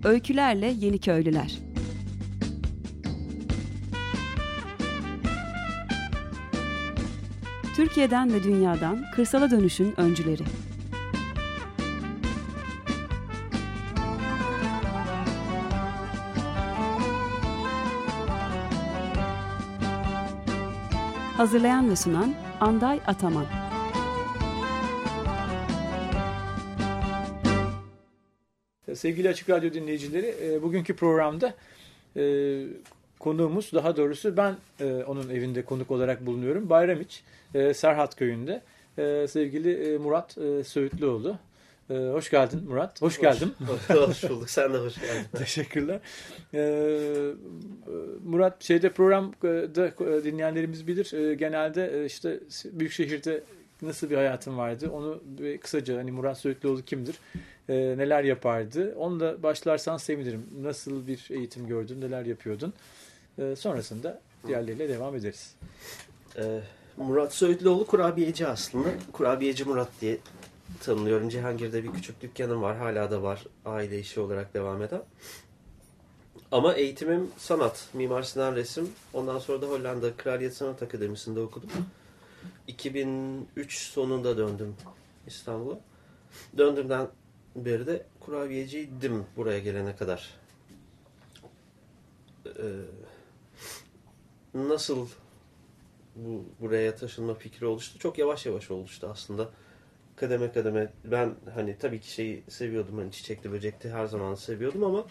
Öykülerle Yeniköylüler. Türkiye'den ve dünyadan kırsala dönüşün öncüleri. Hazırlayan ve sunan Anday Ataman. Sevgili Açık Radyo dinleyicileri, bugünkü programda konuğumuz, daha doğrusu ben onun evinde konuk olarak bulunuyorum. Bayramiç, Serhat Köyü'nde sevgili Murat Söğütlüoğlu. Hoş geldin Murat. Hoş geldin. Hoş bulduk. Sen de hoş geldin. Teşekkürler. Murat, programda dinleyenlerimiz bilir. Genelde işte büyük şehirde nasıl bir hayatın vardı? Onu kısaca, hani Murat Söğütlüoğlu kimdir? Neler yapardı? Onunla başlarsan sevinirim. Nasıl bir eğitim gördün? Neler yapıyordun? Sonrasında diğerleriyle devam ederiz. Murat Söğütlüoğlu kurabiyeci aslında. Kurabiyeci Murat diye tanınıyorum. Cihangir'de bir küçük dükkanım var. Hala da var. Aile işi olarak devam eden. Ama eğitimim sanat. Mimar Sinan Resim. Ondan sonra da Hollanda Kraliyet Sanat Akademisi'nde okudum. 2003 sonunda döndüm İstanbul'a. Döndüğümden beri de kurabiyeciydim buraya gelene kadar. Nasıl buraya taşınma fikri oluştu? Çok yavaş yavaş oluştu aslında. Kademe kademe. Ben hani tabii ki şeyi seviyordum. Hani çiçekli böcekti, her zaman seviyordum ama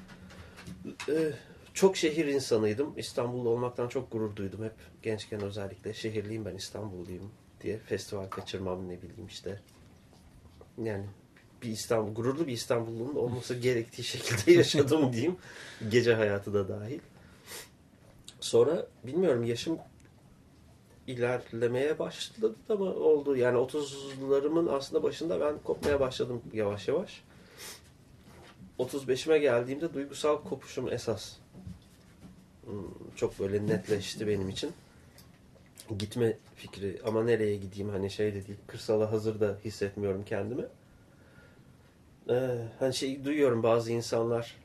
çok şehir insanıydım. İstanbullu olmaktan çok gurur duydum hep. Gençken özellikle şehirliyim ben, İstanbulluyum diye. Festival kaçırmam, ne bileyim işte. Yani gururlu bir İstanbullunun olması gerektiği şekilde yaşadım diyeyim. Gece hayatı da dahil. Sonra bilmiyorum, yaşım ilerlemeye başladı ama oldu. Yani 30'larımın aslında başında ben kopmaya başladım yavaş yavaş. 35'ime geldiğimde duygusal kopuşum esas çok böyle netleşti benim için. Gitme fikri, ama nereye gideyim, hani şey de değil, kırsala hazır da hissetmiyorum kendimi. Hani şey duyuyorum, bazı insanlar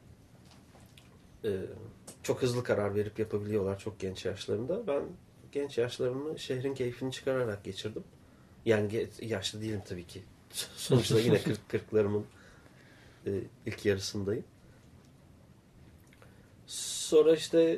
çok hızlı karar verip yapabiliyorlar çok genç yaşlarında. Ben genç yaşlarımı şehrin keyfini çıkararak geçirdim. Yani yaşlı değilim tabii ki. Sonuçta yine 40'larımın ilk yarısındayım. Sonra işte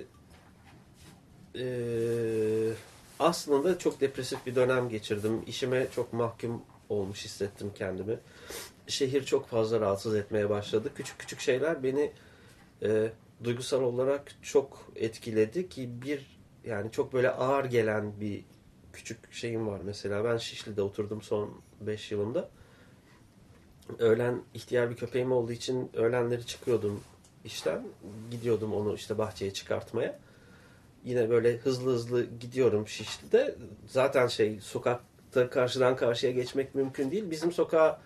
aslında çok depresif bir dönem geçirdim. İşime çok mahkum olmuş hissettim kendimi. Şehir çok fazla rahatsız etmeye başladı. Küçük küçük şeyler beni duygusal olarak çok etkiledi ki yani çok böyle ağır gelen bir küçük şeyim var mesela. Ben Şişli'de oturdum son 5 yılımda. Öğlen ihtiyar bir köpeğim olduğu için öğlenleri çıkıyordum işten. Gidiyordum onu işte bahçeye çıkartmaya. Yine böyle hızlı hızlı gidiyorum Şişli'de. Zaten sokakta karşıdan karşıya geçmek mümkün değil. Bizim sokağa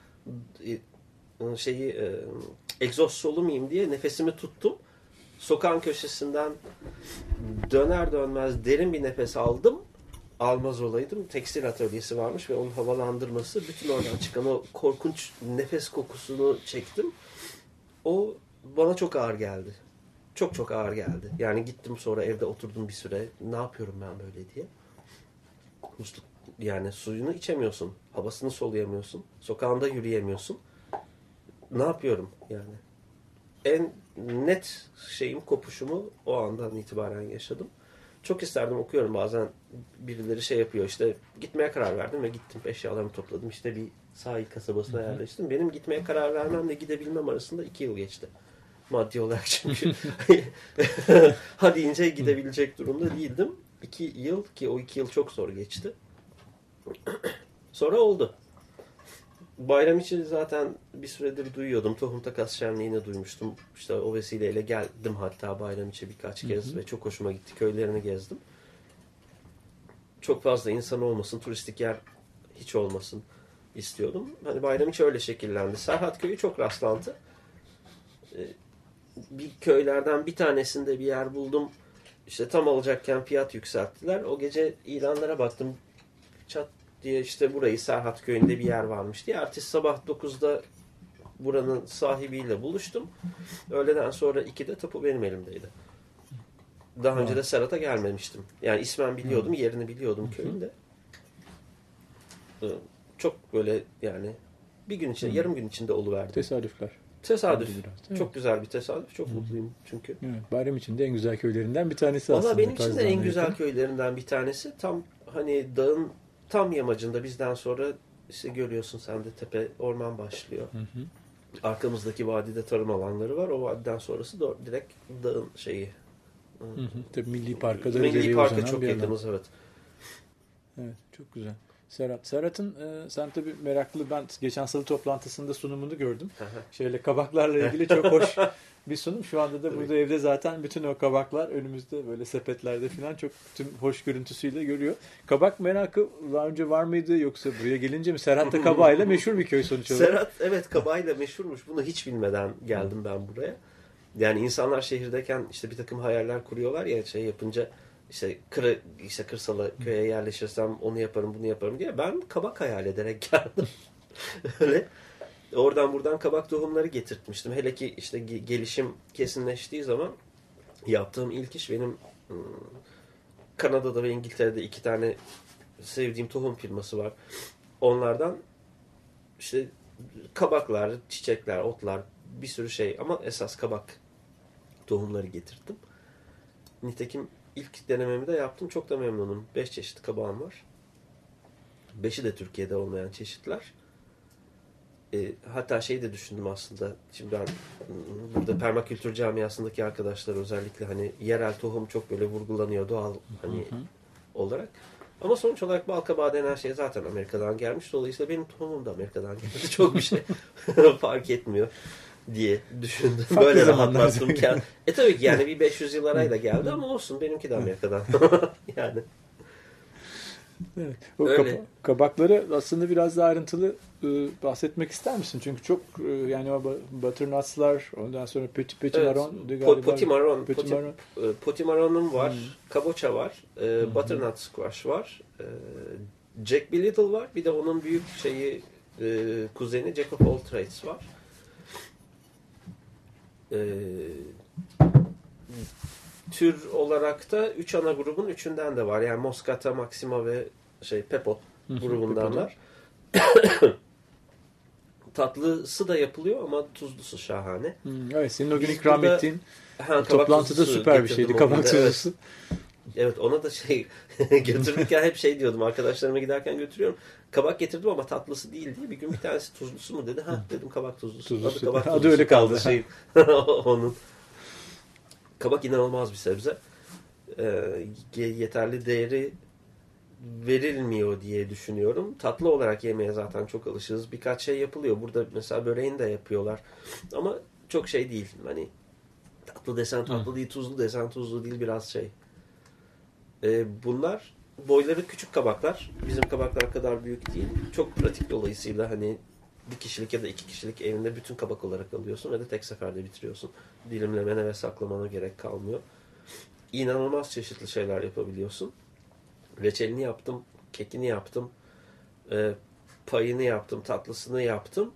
egzoz solumayayım diye nefesimi tuttum. Sokağın köşesinden döner dönmez derin bir nefes aldım. Almaz olaydım. Tekstil atölyesi varmış ve onun havalandırması, bütün oradan çıkan o korkunç nefes kokusunu çektim. O bana çok ağır geldi. Çok çok ağır geldi. Yani gittim, sonra evde oturdum bir süre. Ne yapıyorum ben böyle diye. Yani suyunu içemiyorsun. Havasını soluyamıyorsun. Sokağında yürüyemiyorsun. Ne yapıyorum yani? En net kopuşumu o andan itibaren yaşadım. Çok isterdim, okuyorum bazen, birileri şey yapıyor işte, gitmeye karar verdim ve gittim, eşyalarımı topladım, işte bir sahil kasabasına yerleştim. Benim gitmeye karar vermemle gidebilmem arasında 2 yıl geçti. Maddi olarak çünkü ha deyince gidebilecek durumda değildim. 2 yıl, ki o 2 yıl çok zor geçti. Sonra oldu. Bayramiç'i zaten bir süredir duyuyordum. Tohum Takas Şenliği'ni duymuştum. İşte o vesileyle geldim hatta Bayramiç'e birkaç kez ve çok hoşuma gitti. Köylerini gezdim. Çok fazla insan olmasın, turistik yer hiç olmasın istiyordum. Hani Bayramiç öyle şekillendi. Serhat Köyü çok rastlantı. Bir köylerden bir tanesinde bir yer buldum. İşte tam alacakken fiyat yükselttiler. O gece ilanlara baktım. Çat diye işte burayı, Serhat Köyü'nde bir yer varmış diye. Ertesi sabah 9'da buranın sahibiyle buluştum. Öğleden sonra 2'de tapu benim elimdeydi. Daha önce de Serhat'a gelmemiştim. Yani ismen biliyordum, yerini biliyordum köyünde. Çok böyle yani bir gün içinde, yarım gün içinde oluverdi. Tesadüfler. Tesadüf. Biraz, çok güzel bir tesadüf. Çok mutluyum çünkü. Evet, Bayram için de en güzel köylerinden bir tanesi aslında. Valla benim için de en Tarzan'a güzel yakın. köylerinden bir tanesi. Tam hani dağın tam yamacında bizden sonra işte görüyorsun sen de tepe orman başlıyor. Arkamızdaki vadide tarım alanları var. O vadiden sonrası direkt dağın şeyi. Tabii Milli Park'a da Milli ileriye Park'a uzanan çok bir alan. yakınız, evet. Evet, çok güzel. Serhat'ın sen tabii meraklı, ben geçen salı toplantısında sunumunu gördüm. Şöyle kabaklarla ilgili çok hoş bir sunum. Şu anda da burada evde zaten bütün o kabaklar önümüzde böyle sepetlerde falan çok tüm hoş görüntüsüyle görüyor. Kabak merakı daha önce var mıydı yoksa buraya gelince mi? Serhat da kabağıyla meşhur bir köy sonuç olarak. Serhat evet kabağıyla meşhurmuş. Bunu hiç bilmeden geldim ben buraya. Yani insanlar şehirdeyken işte bir takım hayaller kuruyorlar ya şey yapınca işte kırsala köye yerleşirsem onu yaparım bunu yaparım diye. Ben kabak hayal ederek geldim. Öyle. Oradan buradan kabak tohumları getirtmiştim. Hele ki işte gelişim kesinleştiği zaman yaptığım ilk iş benim Kanada'da ve İngiltere'de 2 tane sevdiğim tohum firması var. Onlardan işte kabaklar, çiçekler, otlar bir sürü şey ama esas kabak tohumları getirttim. Nitekim ilk denememi de yaptım. Çok da memnunum. 5 çeşit kabağım var. 5'i de Türkiye'de olmayan çeşitler. Hatta şey de düşündüm aslında. Şimdi ben burada permakültür camiasındaki arkadaşlar özellikle hani yerel tohum çok böyle vurgulanıyor doğal hani olarak. Ama sonuç olarak bal kabağı denen şey zaten Amerika'dan gelmiş. Dolayısıyla benim tohumum da Amerika'dan geldi. Çok bir şey fark etmiyor diye düşündüm. Farklı böyle zamanlar. rahatlattım kendimi. Tabii ki yani bir 500 yıl arayla geldi ama olsun benimki de Amerika'dan. Yani. Evet. O Öyle. kabakları aslında biraz daha ayrıntılı bahsetmek ister misin? Çünkü çok yani o butternuts'lar, ondan sonra petit marron, Potimarron'um var, kaboça var, butternut squash var, Jack B. Little var, bir de onun büyük kuzeni Jack of all trades var. Tür olarak da 3 ana grubun 3'ünden de var. Yani Moscata, Maxima ve Pepo grubundanlar. Tatlısı da yapılıyor ama tuzlusu şahane. Evet, senin o gün Biz ikram burada- ettiğin toplantıda süper bir şeydi. Kabak tuzlusu. Evet, ona da götürürken hep diyordum. Arkadaşlarıma giderken götürüyorum. Kabak getirdim ama tatlısı değil diye. Bir gün bir tanesi tuzlusu mu dedi. Dedim kabak tuzlusu. Adı kabak tuzlusu. Adı öyle kaldı. Onun. Kabak inanılmaz bir sebze. Yeterli değeri verilmiyor diye düşünüyorum. Tatlı olarak yemeye zaten çok alışığız. Birkaç şey yapılıyor. Burada mesela böreğini de yapıyorlar. Ama çok değil. Hani tatlı desen tatlı değil, tuzlu desen tuzlu değil, biraz bunlar boyları küçük kabaklar. Bizim kabaklar kadar büyük değil. Çok pratik dolayısıyla hani bir kişilik ya da 2 kişilik evinde bütün kabak olarak alıyorsun ve de tek seferde bitiriyorsun. Dilimlemene ve saklamana gerek kalmıyor. İnanılmaz çeşitli şeyler yapabiliyorsun. Reçelini yaptım, kekini yaptım, payını yaptım, tatlısını yaptım.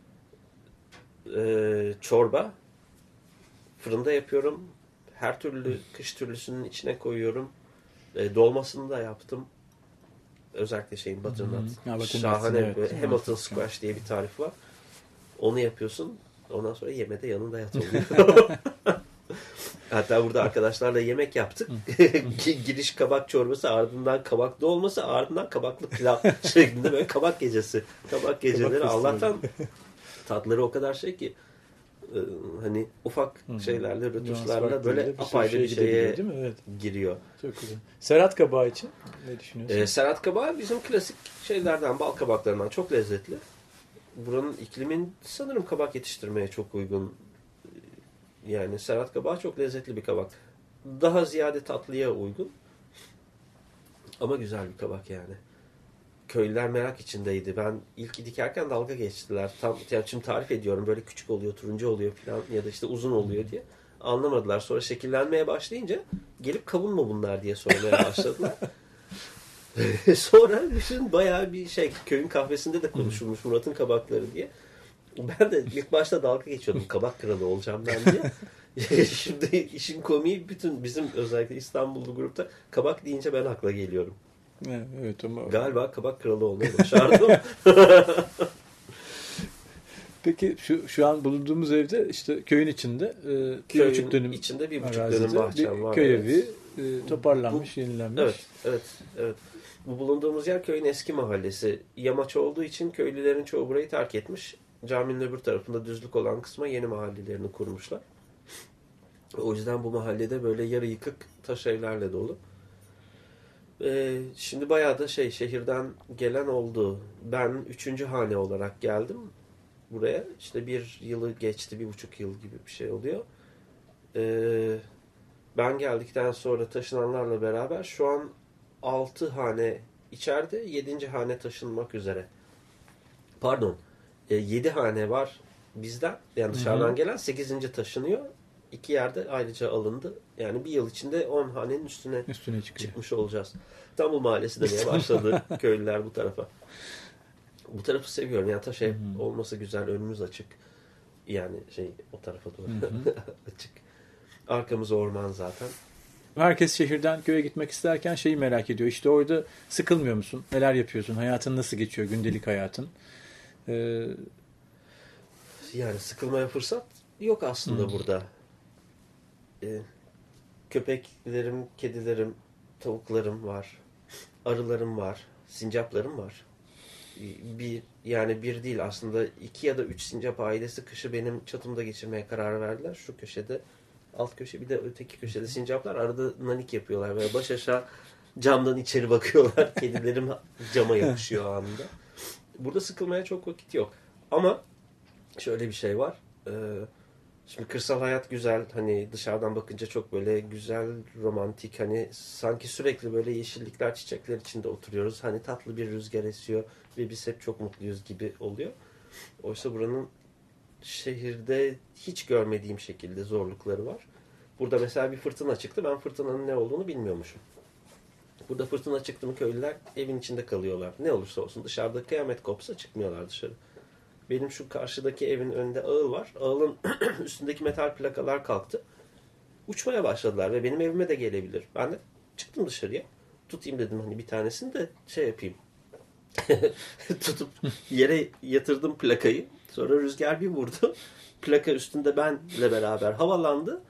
Çorba. Fırında yapıyorum. Her türlü kış türlüsünün içine koyuyorum. Dolmasını da yaptım. Özellikle butternut. Şahane evet. Hamilton squash diye bir tarif var. Onu yapıyorsun. Ondan sonra yemede yanında yat oluyor. Hatta burada arkadaşlarla yemek yaptık. Giriş kabak çorbası, ardından kabak dolması, ardından kabaklı pilav şeklinde böyle kabak gecesi. Kabak geceleri. Allah'tan tatları o kadar ki hani ufak şeylerle, rötuşlarla böyle apayrı bir şeye değil mi? Evet. giriyor. Çok güzel. Serhat kabağı için ne düşünüyorsun? Serhat kabağı bizim klasik şeylerden, bal kabaklarından çok lezzetli. Buranın iklimin sanırım kabak yetiştirmeye çok uygun. Yani Serhat kabağı çok lezzetli bir kabak. Daha ziyade tatlıya uygun. Ama güzel bir kabak yani. Köylüler merak içindeydi. Ben ilk dikerken dalga geçtiler. Şimdi tarif ediyorum. Böyle küçük oluyor, turuncu oluyor falan ya da uzun oluyor diye. Anlamadılar. Sonra şekillenmeye başlayınca gelip kavun mu bunlar diye sormaya başladılar. Sonra bayağı bir köyün kahvesinde de konuşulmuş Murat'ın kabakları diye. Ben de ilk başta dalga geçiyordum. Kabak kralı olacağım ben diye. Şimdi işin komiği bütün bizim özellikle İstanbullu grupta kabak deyince ben akla geliyorum. Evet ama... Galiba kabak kralı olmayı başardım. Peki şu an bulunduğumuz evde işte köyün içinde bir buçuk dönüm içinde bir buçuk arazide dönüm bahçem var. köy Evet. evi toparlanmış, yenilenmiş. Evet. Bu bulunduğumuz yer köyün eski mahallesi. Yamaç olduğu için köylülerin çoğu burayı terk etmiş. Caminin öbür tarafında düzlük olan kısma yeni mahallelerini kurmuşlar. O yüzden bu mahallede böyle yarı yıkık taş evlerle dolu. Şimdi bayağı da şehirden gelen oldu. Ben 3. hane olarak geldim buraya. İşte 1 yılı geçti, 1,5 yıl gibi bir şey oluyor. Ben geldikten sonra taşınanlarla beraber şu an 6 hane içeride, 7. hane taşınmak üzere. Pardon, 7 hane var bizden. Yani dışarıdan gelen 8. taşınıyor. 2 yerde ayrıca alındı. Yani bir yıl içinde 10 hanenin üstüne çıkmış olacağız. İstanbul Mahallesi demeye başladı köylüler bu tarafa. Bu tarafı seviyorum. Yani taş ev olması güzel. Önümüz açık. Yani o tarafa doğru açık. Arkamız orman zaten. Herkes şehirden köye gitmek isterken şeyi merak ediyor. İşte orada sıkılmıyor musun? Neler yapıyorsun? Hayatın nasıl geçiyor? Gündelik hayatın? Yani sıkılmaya fırsat yok aslında burada. Köpeklerim, kedilerim, tavuklarım var. Arılarım var. Sincaplarım var. Bir değil aslında 2 ya da 3 sincap ailesi kışı benim çatımda geçirmeye karar verdiler. Şu köşede, alt köşe, bir de öteki köşede sincaplar arada nanik yapıyorlar. Böyle baş aşağı camdan içeri bakıyorlar. Kedilerim cama yapışıyor anında. Burada sıkılmaya çok vakit yok. Ama şöyle bir şey var. Şimdi kırsal hayat güzel. Hani dışarıdan bakınca çok böyle güzel, romantik. Hani sanki sürekli böyle yeşillikler, çiçekler içinde oturuyoruz. Hani tatlı bir rüzgar esiyor ve biz hep çok mutluyuz gibi oluyor. Oysa buranın şehirde hiç görmediğim şekilde zorlukları var. Burada mesela bir fırtına çıktı. Ben fırtınanın ne olduğunu bilmiyormuşum. Burada fırtına çıktı mı köylüler evin içinde kalıyorlar. Ne olursa olsun dışarıda kıyamet kopsa çıkmıyorlar dışarı. Benim şu karşıdaki evin önünde ağıl var. Ağılın üstündeki metal plakalar kalktı. Uçmaya başladılar ve benim evime de gelebilir. Ben de çıktım dışarıya. Tutayım dedim hani bir tanesini de yapayım. Tutup yere yatırdım plakayı. Sonra rüzgar bir vurdu. Plaka üstünde benle beraber havalandı.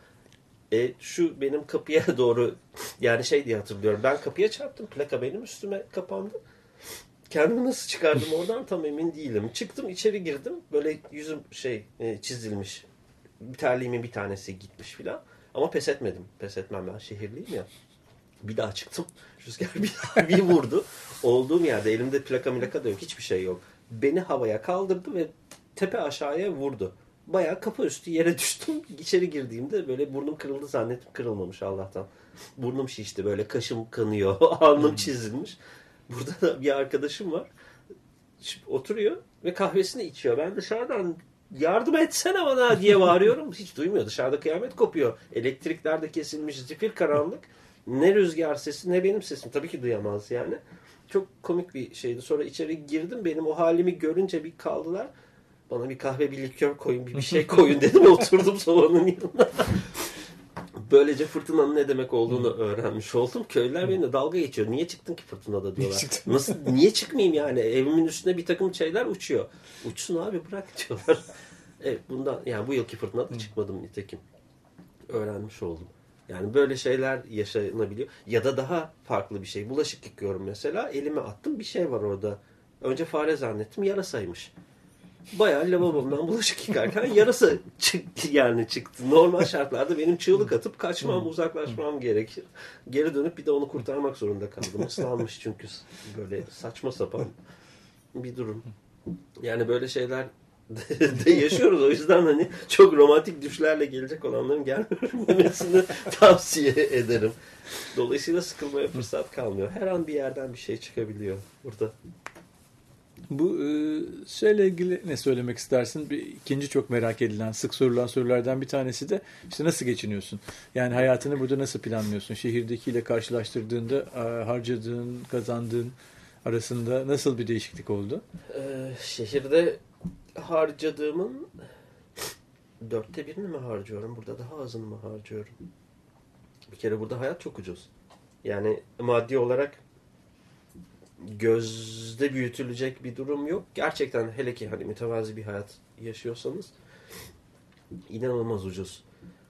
Şu benim kapıya doğru yani diye hatırlıyorum. Ben kapıya çarptım. Plaka benim üstüme kapandı. Kendimi nasıl çıkardım oradan tam emin değilim. Çıktım içeri girdim. Böyle yüzüm çizilmiş. Terliğimin bir tanesi gitmiş filan. Ama pes etmedim. Pes etmem, ben şehirliyim ya. Bir daha çıktım. Rüzgar bir vurdu. Olduğum yerde elimde plaka da yok. Hiçbir şey yok. Beni havaya kaldırdı ve tepe aşağıya vurdu. Bayağı kafa üstü yere düştüm. İçeri girdiğimde böyle burnum kırıldı zannettim. Kırılmamış Allah'tan. Burnum şişti. Böyle kaşım kanıyor. Alnım çizilmiş. Burada da bir arkadaşım var. Oturuyor ve kahvesini içiyor. Ben dışarıdan yardım etsene bana diye bağırıyorum. Hiç duymuyor. Dışarıda kıyamet kopuyor. Elektrikler de kesilmiş. Zifir karanlık. Ne rüzgar sesi ne benim sesim. Tabii ki duyamaz yani. Çok komik bir şeydi. Sonra içeri girdim. Benim o halimi görünce bir kaldılar. Bana bir kahve, bir likör koyun, bir şey koyun dedim. Oturdum sobanın yanına. Böylece fırtınanın ne demek olduğunu öğrenmiş oldum. Köylüler benimle dalga geçiyor. Niye çıktın ki fırtınada diyorlar. Niye çıkmayayım yani? Evimin üstüne bir takım şeyler uçuyor. Uçsun abi, bırak diyorlar. Evet, bu yılki fırtınada çıkmadım nitekim. Öğrenmiş oldum. Yani böyle şeyler yaşanabiliyor. Ya da daha farklı bir şey. Bulaşık yıkıyorum mesela. Elime attım, bir şey var orada. Önce fare zannettim, yarasaymış. Bayağı lavabomdan bulaşık yıkarken yarasa çıktı. Normal şartlarda benim çığlık atıp kaçmam, uzaklaşmam gerekir. Geri dönüp bir de onu kurtarmak zorunda kaldım. Islanmış çünkü, böyle saçma sapan bir durum. Yani böyle şeyler de yaşıyoruz. O yüzden hani çok romantik düşlerle gelecek olanların gelmemesini tavsiye ederim. Dolayısıyla sıkılmaya fırsat kalmıyor. Her an bir yerden bir şey çıkabiliyor burada. Bu şeyle ilgili ne söylemek istersin? Bir ikinci çok merak edilen, sık sorulan sorulardan bir tanesi de işte nasıl geçiniyorsun? Yani hayatını burada nasıl planlıyorsun? Şehirdekiyle karşılaştırdığında harcadığın, kazandığın arasında nasıl bir değişiklik oldu? Şehirde harcadığımın 1/4'ünü mü harcıyorum? Burada daha azını mı harcıyorum? Bir kere burada hayat çok ucuz. Yani maddi olarak gözde büyütülecek bir durum yok. Gerçekten hele ki hani mütevazi bir hayat yaşıyorsanız inanılmaz ucuz.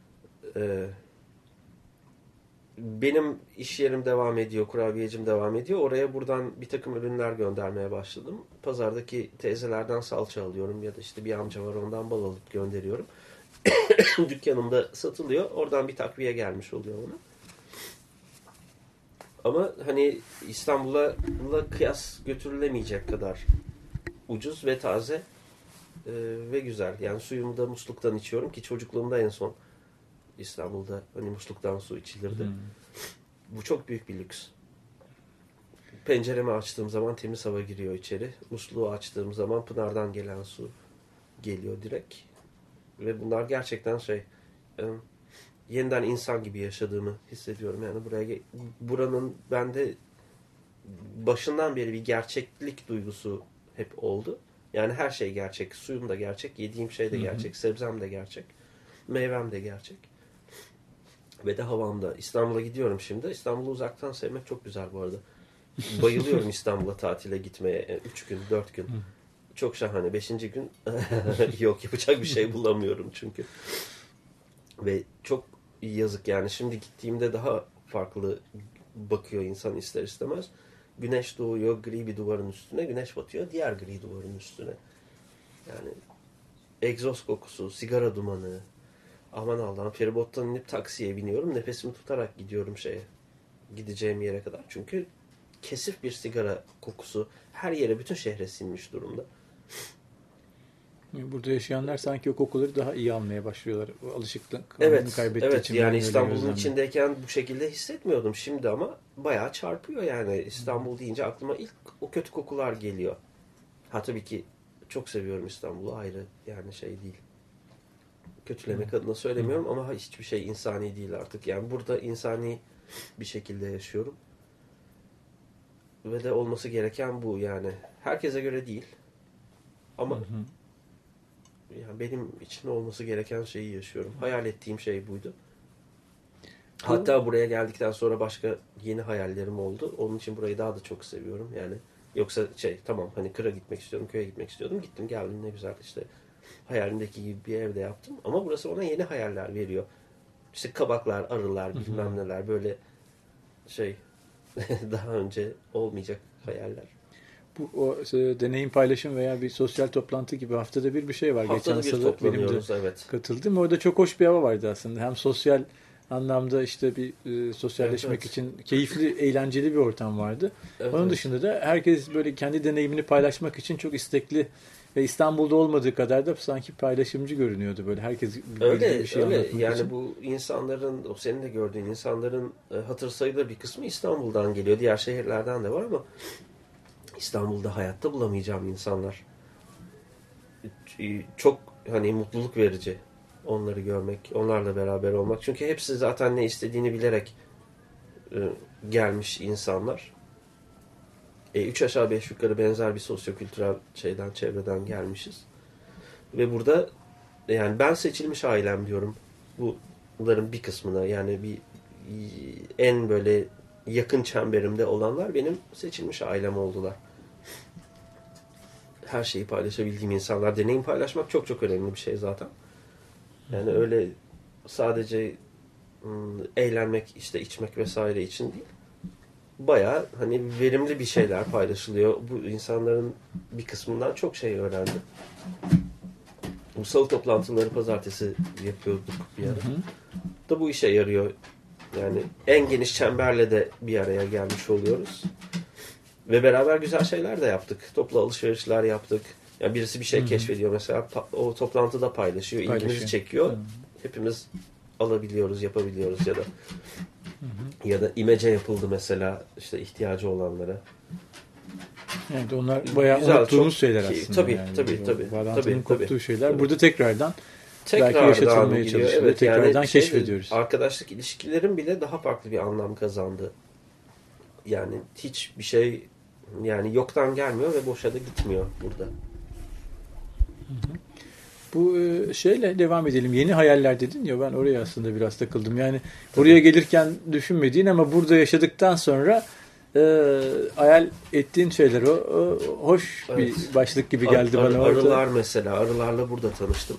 Benim iş yerim devam ediyor, kurabiyecim devam ediyor. Oraya buradan bir takım ürünler göndermeye başladım. Pazardaki teyzelerden salça alıyorum ya da işte bir amca var ondan bal alıp gönderiyorum. Dükkanımda satılıyor. Oradan bir takviye gelmiş oluyor ona. Ama hani İstanbul'a kıyas götürülemeyecek kadar ucuz ve taze ve güzel. Yani suyumu da musluktan içiyorum ki çocukluğumda en son İstanbul'da hani musluktan su içilirdi. Bu çok büyük bir lüks. Penceremi açtığım zaman temiz hava giriyor içeri. Musluğu açtığım zaman pınardan gelen su geliyor direkt. Ve bunlar gerçekten yeniden insan gibi yaşadığımı hissediyorum. Yani buranın bende başından beri bir gerçeklik duygusu hep oldu. Yani her şey gerçek. Suyum da gerçek, yediğim şey de gerçek, sebzem de gerçek, meyvem de gerçek. Ve de havamda. İstanbul'a gidiyorum şimdi. İstanbul'u uzaktan sevmek çok güzel bu arada. Bayılıyorum İstanbul'a tatile gitmeye. 3 gün, 4 gün. Çok şahane. 5. gün yok yapacak bir şey bulamıyorum çünkü. Ve çok yazık yani. Şimdi gittiğimde daha farklı bakıyor insan ister istemez. Güneş doğuyor gri bir duvarın üstüne. Güneş batıyor diğer gri duvarın üstüne. Yani egzoz kokusu, sigara dumanı. Aman Allah'ım feribottan inip taksiye biniyorum. Nefesimi tutarak gidiyorum gideceğim yere kadar. Çünkü kesif bir sigara kokusu her yere, bütün şehre sinmiş durumda. Burada yaşayanlar sanki o kokuları daha iyi almaya başlıyorlar. O alışıklık kaybettiği evet için. Yani İstanbul'un içindeyken bu şekilde hissetmiyordum şimdi ama bayağı çarpıyor yani. İstanbul deyince aklıma ilk o kötü kokular geliyor. Ha tabii ki çok seviyorum İstanbul'u, ayrı yani değil. Kötülemek adına söylemiyorum ama hiçbir şey insani değil artık. Yani burada insani bir şekilde yaşıyorum. Ve de olması gereken bu yani. Herkese göre değil. Ama yani benim için olması gereken şeyi yaşıyorum. Hayal ettiğim şey buydu. Hatta buraya geldikten sonra başka yeni hayallerim oldu. Onun için burayı daha da çok seviyorum. Yani yoksa tamam hani kıra gitmek istiyordum, köye gitmek istiyordum. Gittim geldim ne güzel işte. Hayalimdeki gibi bir evde yaptım. Ama burası bana yeni hayaller veriyor. İşte kabaklar, arılar, bilmem neler böyle daha önce olmayacak hayaller. Bu deneyim paylaşım veya bir sosyal toplantı gibi haftada bir şey var. Haftada geçen bir salı benim de evet. katıldım. Orada çok hoş bir hava vardı aslında. Hem sosyal anlamda işte bir sosyalleşmek için keyifli, eğlenceli bir ortam vardı. Onun dışında da herkes böyle kendi deneyimini paylaşmak için çok istekli ve İstanbul'da olmadığı kadar da sanki paylaşımcı görünüyordu böyle. Herkes bir şey anlatmak yani için. bu insanların, o senin de gördüğün insanların hatır sayılır bir kısmı İstanbul'dan geliyor. Diğer şehirlerden de var ama İstanbul'da hayatta bulamayacağım insanlar. Çok hani mutluluk verici onları görmek, onlarla beraber olmak. Çünkü hepsi zaten ne istediğini bilerek gelmiş insanlar. 3 aşağı 5 yukarı benzer bir sosyokültürel çevreden gelmişiz. Ve burada yani ben seçilmiş ailem diyorum. Bunların bir kısmına yani en böyle yakın çemberimde olanlar benim seçilmiş ailem oldular. Her şeyi paylaşabildiğim insanlar. Deneyim paylaşmak çok çok önemli bir şey zaten. Yani öyle sadece eğlenmek, işte içmek vesaire için değil. Bayağı hani verimli bir şeyler paylaşılıyor. Bu insanların bir kısmından çok şey öğrendim. Bu salı toplantıları pazartesi yapıyorduk bir ara. Da bu işe yarıyor. Yani en geniş çemberle de bir araya gelmiş oluyoruz. Ve beraber güzel şeyler de yaptık. Toplu alışverişler yaptık. Yani birisi bir şey keşfediyor mesela. O toplantıda paylaşıyor. İlgimizi çekiyor. Hepimiz alabiliyoruz, yapabiliyoruz ya da ya da imece yapıldı mesela işte ihtiyacı olanlara. Yani onlar bayağı güzel, unuttuğumuz şeyler aslında. Tabii. Bağlantının koptuğu şeyler. Tabii. Burada tekrardan belki yaşatılmaya çalışılıyor. Evet, tekrardan yani keşfediyoruz. Arkadaşlık ilişkilerin bile daha farklı bir anlam kazandı. Yani hiçbir şey yani yoktan gelmiyor ve boşa da gitmiyor burada. Bu şeyle devam edelim. Yeni hayaller dedin ya, ben oraya aslında biraz takıldım. Yani buraya gelirken düşünmediğin ama burada yaşadıktan sonra hayal ettiğin şeyler o hoş bir başlık gibi geldi bana. Arılar mesela. Arılarla burada tanıştım.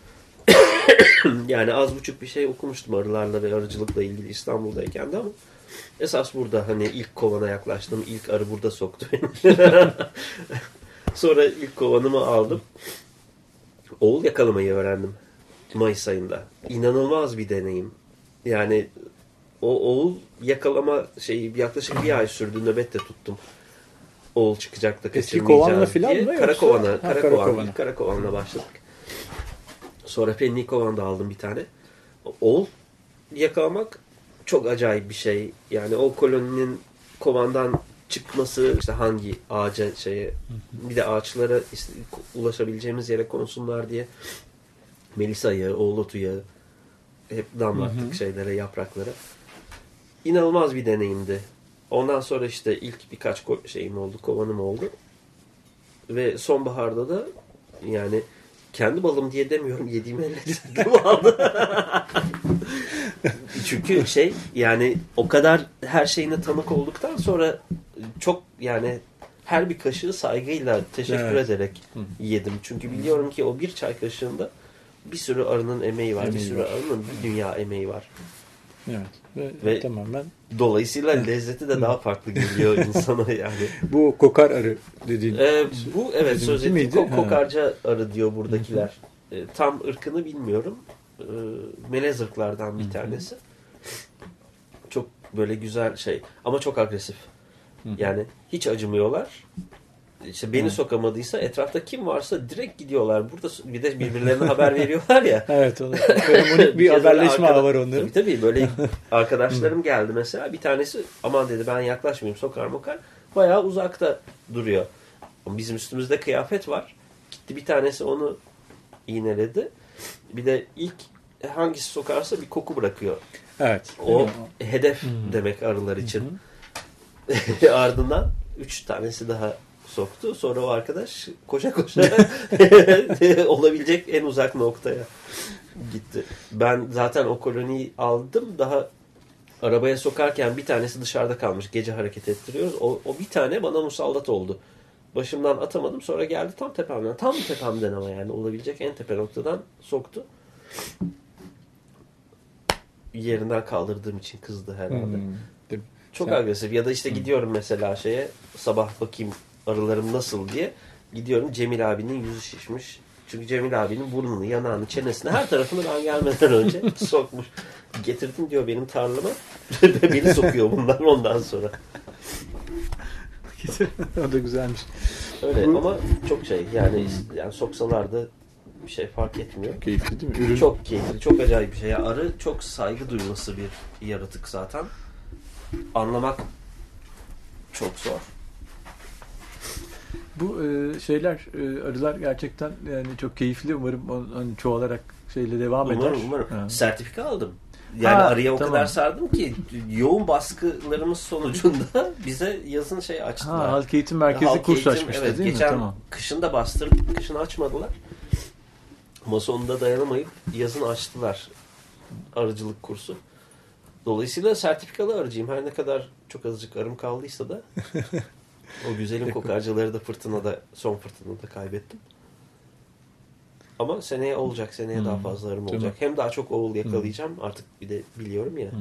Yani az buçuk bir şey okumuştum arılarla ve arıcılıkla ilgili İstanbul'dayken de ama esas burada hani ilk kovana yaklaştım. İlk arı burada soktu beni. Sonra ilk kovanımı aldım. Oğul yakalamayı öğrendim Mayıs ayında. İnanılmaz bir deneyim. Yani o oğul yakalama şeyi yaklaşık bir ay sürdü. Nöbette tuttum. Oğul çıkacak da kaçırmayacağız diye. Karakovan'la başladık. Sonra penny kovan'da aldım bir tane. Oğul yakalamak çok acayip bir şey. Yani o koloninin kovandan çıkması, işte hangi ağaca bir de ağaçlara ulaşabileceğimiz yere konsunlar diye melisa yağı, oğlotu yağı hep damlattık şeylere, yapraklara. İnanılmaz bir deneyimdi. Ondan sonra işte ilk birkaç kovanım oldu. Ve sonbaharda da yani kendi balım diye demiyorum, yediğim ellerim aldı. Çünkü yani o kadar her şeyine tanık olduktan sonra çok yani her bir kaşığı saygıyla teşekkür ederek yedim. Çünkü biliyorum ki o bir çay kaşığında bir sürü arının emeği var. Bir sürü arının bir dünya emeği var. Evet. Ve tamamen. Dolayısıyla lezzeti de daha farklı geliyor insana yani. Bu kokar arı dediğin. Bu evet söz ettiğim kokarca arı diyor buradakiler. Tam ırkını bilmiyorum. Melez ırklardan bir tanesi. Çok böyle güzel şey ama çok agresif. Yani hiç acımıyorlar. İşte beni sokamadıysa etrafta kim varsa direkt gidiyorlar. Burada bir de birbirlerine haber veriyorlar ya. Evet. Bir haberleşme var onların. Tabii böyle arkadaşlarım geldi mesela. Bir tanesi aman dedi ben yaklaşmayayım sokar. Bayağı uzakta duruyor. Bizim üstümüzde kıyafet var. Gitti bir tanesi onu iğneledi. Bir de ilk hangisi sokarsa bir koku bırakıyor. Evet. O hedef demek arılar için. Ardından 3 tanesi daha soktu. Sonra o arkadaş koşa olabilecek en uzak noktaya gitti. Ben zaten o koloniyi aldım. Daha arabaya sokarken bir tanesi dışarıda kalmış. Gece hareket ettiriyoruz. O bir tane bana musallat oldu. Başımdan atamadım. Sonra geldi tam tepemden. Tam tepemden ama yani olabilecek en tepe noktadan soktu. Yerinden kaldırdığım için kızdı herhalde. Çok agresif. Ya da işte gidiyorum mesela sabah bakayım arılarım nasıl diye. Gidiyorum Cemil abinin yüzü şişmiş. Çünkü Cemil abinin burnunu, yanağını, çenesini her tarafını ben gelmeden önce sokmuş. Getirdim diyor benim tarlama. Beni sokuyor bunlar ondan sonra. O da güzelmiş. Öyle ama çok yani soksalar da bir şey fark etmiyor. Keyifli değil mi? Ürün. Çok keyifli, çok acayip bir şey. Arı çok saygı duyması bir yaratık zaten. Anlamak çok zor. Bu arılar gerçekten yani çok keyifli. Umarım hani çoğalarak devam eder. Umarım. Sertifika aldım. Yani arıya o kadar sardım ki yoğun baskılarımız sonucunda bize yazın açtılar. Halk Eğitim Merkezi kurs açmıştı değil mi? Geçen kışın da bastırdık. Kışın açmadılar. Ama sonunda dayanamayıp yazın açtılar arıcılık kursu. Dolayısıyla sertifikalı arıcıyım. Her ne kadar çok azıcık arım kaldıysa da o güzelim kokarcaları da son fırtınada kaybettim. Ama seneye olacak. Seneye daha fazla arım olacak. Hem daha çok oğul yakalayacağım. Artık bir de biliyorum ya.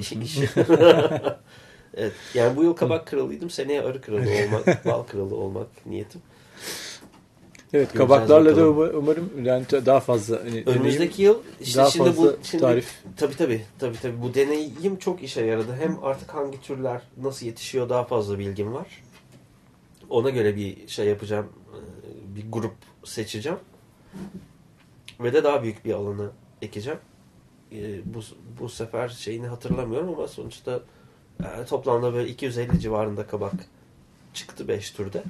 Evet. Yani bu yıl kabak kralıydım. Seneye arı kralı olmak, bal kralı olmak niyetim. Evet, kabaklarla da umarım yani daha fazla önümüzdeki yıl daha fazla tarif. Tabii bu deneyim çok işe yaradı. Hem artık hangi türler nasıl yetişiyor daha fazla bilgim var. Ona göre bir yapacağım. Bir grup seçeceğim. Ve de daha büyük bir alana ekeceğim. Bu sefer hatırlamıyorum ama sonuçta toplamda böyle 250 civarında kabak çıktı 5 türde.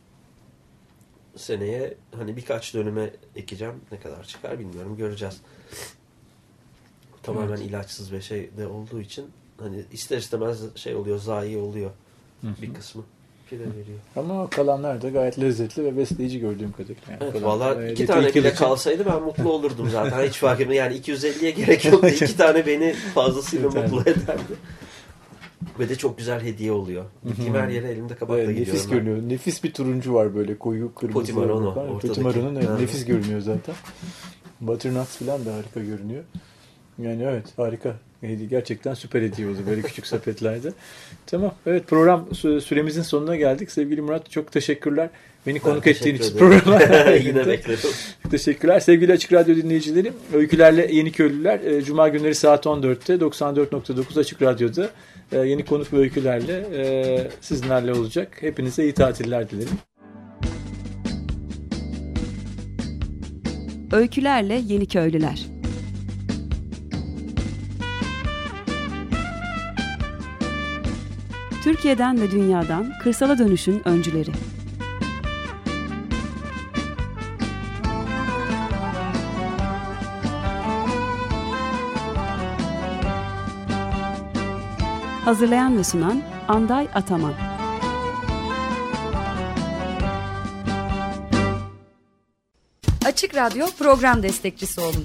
Seneye birkaç dönüme ekeceğim. Ne kadar çıkar bilmiyorum. Göreceğiz. Tamamen ilaçsız ve de olduğu için ister istemez oluyor. Zayi oluyor bir kısmı. tepkiler veriyor. Ama kalanlar da gayet lezzetli ve besleyici gördüğüm kadarıyla. Yani Evet, valla 2 tane bile kalsaydı ben mutlu olurdum zaten. Hiç fark etmiyor. Yani 250'ye gerek yok. 2 tane beni fazlasıyla mutlu ederdi. Ve de çok güzel hediye oluyor. Gittiğim her yere elimde kabakla gidiyorum. Nefis görünüyor. Nefis bir turuncu var böyle koyu kırmızı. Potimarron. Potimarron'un nefis görünüyor zaten. Butternuts falan da harika görünüyor. Yani evet harika. Gerçekten süper hediye oldu böyle küçük sepetlerde. Tamam. Evet program süremizin sonuna geldik. Sevgili Murat çok teşekkürler. Beni konuk ettiğin için programa. Yine beklerim. Teşekkürler. Sevgili Açık Radyo dinleyicilerim. Öykülerle Yeniköylüler Cuma günleri saat 14'te 94.9 Açık Radyo'da yeni konuk ve öykülerle sizinlerle olacak. Hepinize iyi tatiller dilerim. Öykülerle Yeniköylüler. Türkiye'den ve dünyadan kırsala dönüşün öncüleri. Hazırlayan ve sunan Anday Ataman. Açık Radyo program destekçisi olun.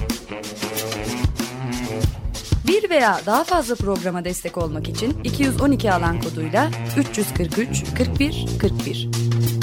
Bir veya daha fazla programa destek olmak için 212 alan koduyla 343 41 41.